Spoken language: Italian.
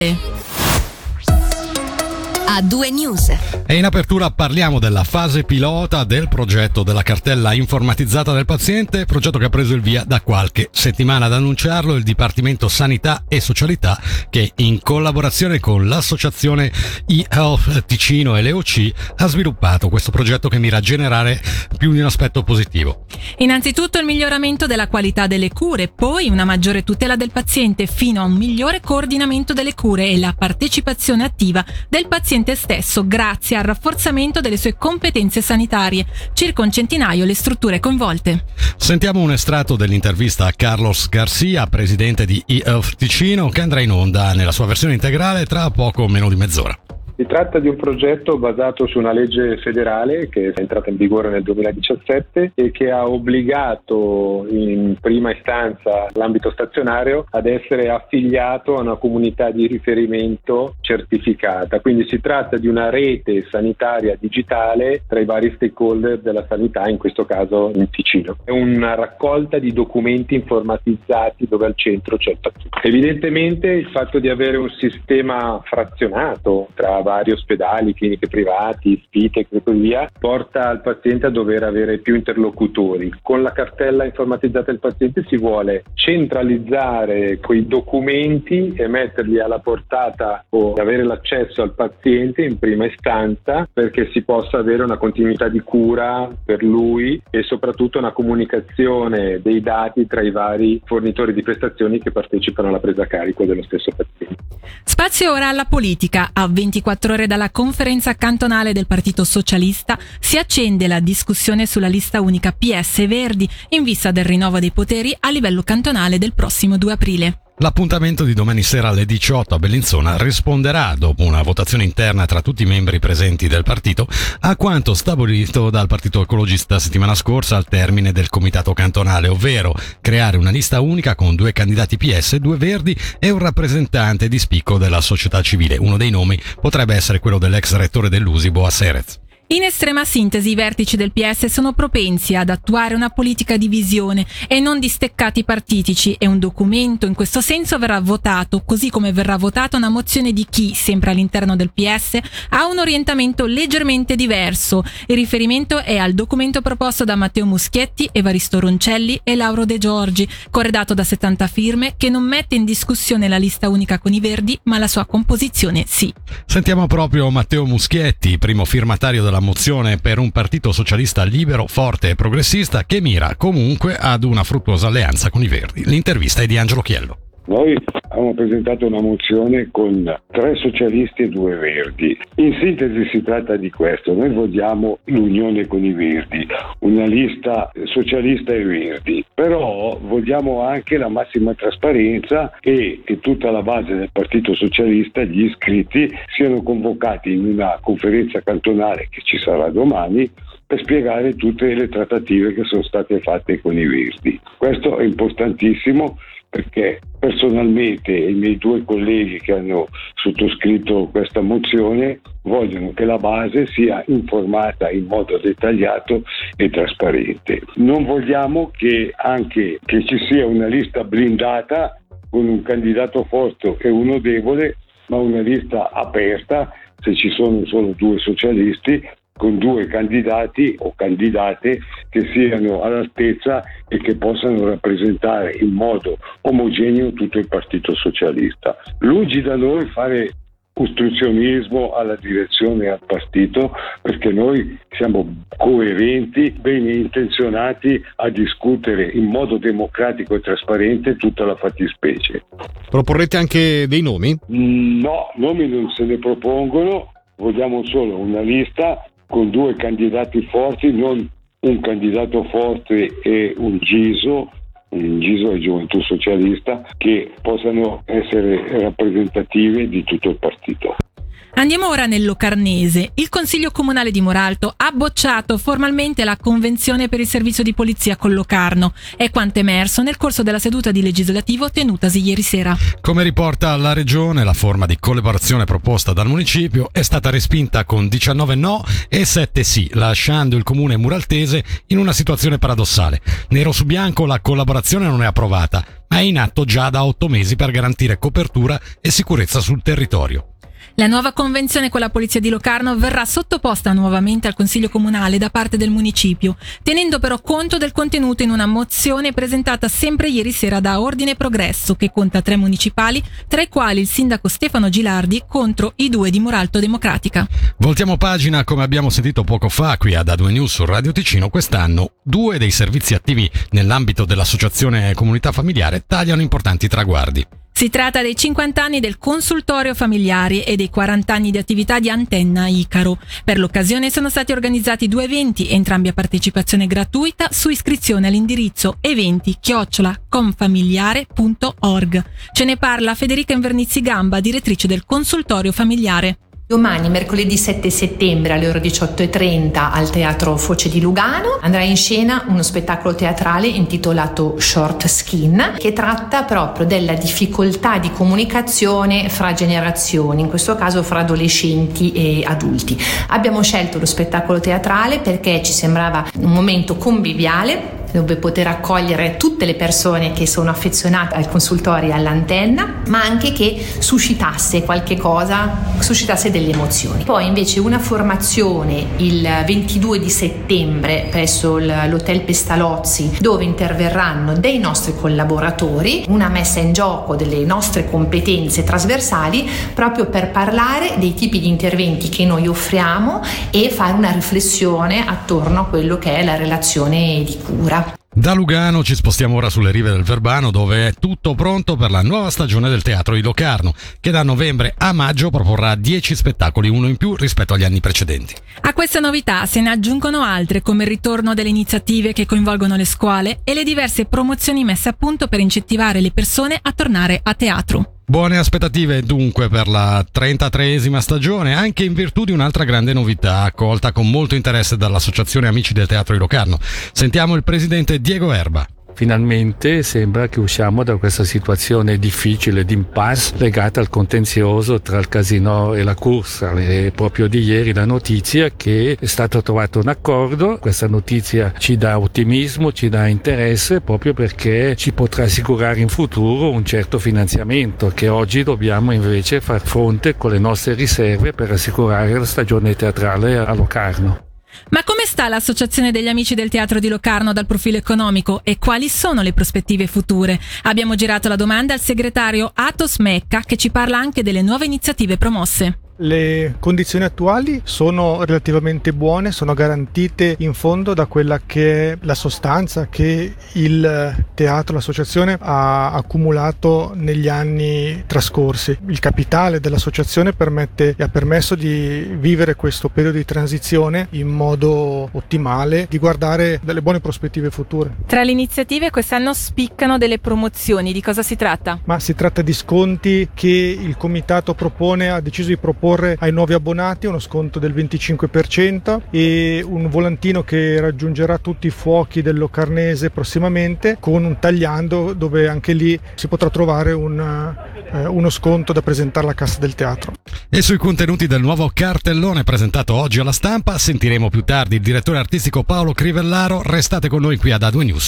A2 News. E in apertura parliamo della fase pilota del progetto della cartella informatizzata del paziente, progetto che ha preso il via da qualche settimana. Ad annunciarlo il Dipartimento Sanità e Socialità, che in collaborazione con l'associazione eHealth Ticino e l'EOC ha sviluppato questo progetto che mira a generare più di un aspetto positivo. Innanzitutto il miglioramento della qualità delle cure, poi una maggiore tutela del paziente fino a un migliore coordinamento delle cure e la partecipazione attiva del paziente stesso grazie al rafforzamento delle sue competenze sanitarie. Circa un centinaio le strutture coinvolte. Sentiamo un estratto dell'intervista a Carlos Garcia, presidente di eHealth Ticino, che andrà in onda nella sua versione integrale tra poco meno di mezz'ora. Si tratta di un progetto basato su una legge federale che è entrata in vigore nel 2017 e che ha obbligato in prima istanza l'ambito stazionario ad essere affiliato a una comunità di riferimento certificata. Quindi si tratta di una rete sanitaria digitale tra i vari stakeholder della sanità, in questo caso in Ticino. È una raccolta di documenti informatizzati dove al centro c'è il paziente. Evidentemente il fatto di avere un sistema frazionato tra vari ospedali, cliniche privati, Spitec e così via, porta il paziente a dover avere più interlocutori. Con la cartella informatizzata del paziente si vuole centralizzare quei documenti e metterli alla portata o avere l'accesso al paziente in prima istanza, perché si possa avere una continuità di cura per lui e soprattutto una comunicazione dei dati tra i vari fornitori di prestazioni che partecipano alla presa a carico dello stesso paziente. Spazio ora alla politica. A 24 ore dalla conferenza cantonale del Partito Socialista si accende la discussione sulla lista unica PS Verdi in vista del rinnovo dei poteri a livello cantonale del prossimo 2 aprile. L'appuntamento di domani sera alle 18 a Bellinzona risponderà, dopo una votazione interna tra tutti i membri presenti del partito, a quanto stabilito dal Partito Ecologista settimana scorsa al termine del comitato cantonale, ovvero creare una lista unica con 2 candidati PS, 2 Verdi e un rappresentante di spicco della società civile. Uno dei nomi potrebbe essere quello dell'ex rettore dell'Usibo a Serez. In estrema sintesi, i vertici del PS sono propensi ad attuare una politica di visione e non di steccati partitici e un documento in questo senso verrà votato, così come verrà votata una mozione di chi, sempre all'interno del PS, ha un orientamento leggermente diverso. Il riferimento è al documento proposto da Matteo Muschietti, Evaristo Roncelli e Lauro De Giorgi, corredato da 70 firme, che non mette in discussione la lista unica con i Verdi, ma la sua composizione sì. Sentiamo proprio Matteo Muschietti, primo firmatario della mozione per un partito socialista libero, forte e progressista che mira comunque ad una fruttuosa alleanza con i Verdi. L'intervista è di Angelo Chiello. Noi abbiamo presentato una mozione con 3 socialisti e 2 verdi. In sintesi si tratta di questo: noi vogliamo l'unione con i verdi, una lista socialista e verdi, però vogliamo anche la massima trasparenza e che tutta la base del Partito Socialista, gli iscritti, siano convocati in una conferenza cantonale che ci sarà domani per spiegare tutte le trattative che sono state fatte con i verdi. Questo è importantissimo, perché personalmente i miei 2 colleghi che hanno sottoscritto questa mozione vogliono che la base sia informata in modo dettagliato e trasparente. Non vogliamo che ci sia una lista blindata con un candidato forte e uno debole, ma una lista aperta, se ci sono solo 2 socialisti, con 2 candidati o candidate che siano all'altezza e che possano rappresentare in modo omogeneo tutto il Partito Socialista. Lungi da noi fare ostruzionismo alla direzione e al partito, perché noi siamo coerenti, bene intenzionati a discutere in modo democratico e trasparente tutta la fattispecie. Proporrete anche dei nomi? No, nomi non se ne propongono, vogliamo solo una lista con 2 candidati forti, non un candidato forte e un GISO è Gioventù Socialista, che possano essere rappresentative di tutto il partito. Andiamo ora nel Locarnese. Il Consiglio Comunale di Moralto ha bocciato formalmente la convenzione per il servizio di polizia con Locarno. È quanto emerso nel corso della seduta di legislativo tenutasi ieri sera. Come riporta la Regione, la forma di collaborazione proposta dal municipio è stata respinta con 19 no e 7 sì, lasciando il comune muraltese in una situazione paradossale. Nero su bianco la collaborazione non è approvata, ma è in atto già da 8 mesi per garantire copertura e sicurezza sul territorio. La nuova convenzione con la Polizia di Locarno verrà sottoposta nuovamente al Consiglio Comunale da parte del municipio, tenendo però conto del contenuto in una mozione presentata sempre ieri sera da Ordine Progresso, che conta 3 municipali, tra i quali il sindaco Stefano Gilardi contro i 2 di Moralto Democratica. Voltiamo pagina. Come abbiamo sentito poco fa qui ad A2 News su Radio Ticino, quest'anno 2 dei servizi attivi nell'ambito dell'Associazione Comunità Familiare tagliano importanti traguardi. Si tratta dei 50 anni del consultorio familiari e dei 40 anni di attività di Antenna Icaro. Per l'occasione sono stati organizzati 2 eventi, entrambi a partecipazione gratuita, su iscrizione all'indirizzo eventi@confamiliare.org. Ce ne parla Federica Invernizzi Gamba, direttrice del consultorio familiare. Domani, mercoledì 7 settembre alle ore 18:30 al Teatro Foce di Lugano andrà in scena uno spettacolo teatrale intitolato Short Skin, che tratta proprio della difficoltà di comunicazione fra generazioni, in questo caso fra adolescenti e adulti. Abbiamo scelto lo spettacolo teatrale perché ci sembrava un momento conviviale dove poter accogliere tutte le persone che sono affezionate al consultorio e all'antenna, ma anche che suscitasse qualche cosa, suscitasse delle emozioni. Poi invece una formazione il 22 di settembre presso l'Hotel Pestalozzi, dove interverranno dei nostri collaboratori, una messa in gioco delle nostre competenze trasversali proprio per parlare dei tipi di interventi che noi offriamo e fare una riflessione attorno a quello che è la relazione di cura. Da Lugano ci spostiamo ora sulle rive del Verbano, dove è tutto pronto per la nuova stagione del Teatro di Locarno, che da novembre a maggio proporrà 10 spettacoli, uno in più rispetto agli anni precedenti. A questa novità se ne aggiungono altre, come il ritorno delle iniziative che coinvolgono le scuole e le diverse promozioni messe a punto per incentivare le persone a tornare a teatro. Buone aspettative dunque per la 33esima stagione, anche in virtù di un'altra grande novità accolta con molto interesse dall'Associazione Amici del Teatro di Locarno. Sentiamo il presidente Diego Erba. Finalmente sembra che usciamo da questa situazione difficile di impasse legata al contenzioso tra il casino e la corsa. È proprio di ieri la notizia che è stato trovato un accordo. Questa notizia ci dà ottimismo, ci dà interesse, proprio perché ci potrà assicurare in futuro un certo finanziamento che oggi dobbiamo invece far fronte con le nostre riserve per assicurare la stagione teatrale a Locarno. Ma come sta l'Associazione degli Amici del Teatro di Locarno dal profilo economico e quali sono le prospettive future? Abbiamo girato la domanda al segretario Atos Mecca, che ci parla anche delle nuove iniziative promosse. Le condizioni attuali sono relativamente buone, sono garantite in fondo da quella che è la sostanza che il teatro, l'associazione ha accumulato negli anni trascorsi. Il capitale dell'associazione permette e ha permesso di vivere questo periodo di transizione in modo ottimale, di guardare delle buone prospettive future. Tra le iniziative quest'anno spiccano delle promozioni, di cosa si tratta? Ma si tratta di sconti che il comitato ha deciso di proporre ai nuovi abbonati, uno sconto del 25% e un volantino che raggiungerà tutti i fuochi del Locarnese prossimamente, con un tagliando dove anche lì si potrà trovare uno sconto da presentare alla cassa del teatro. E sui contenuti del nuovo cartellone presentato oggi alla stampa sentiremo più tardi il direttore artistico Paolo Crivellaro. Restate con noi qui ad A2 News.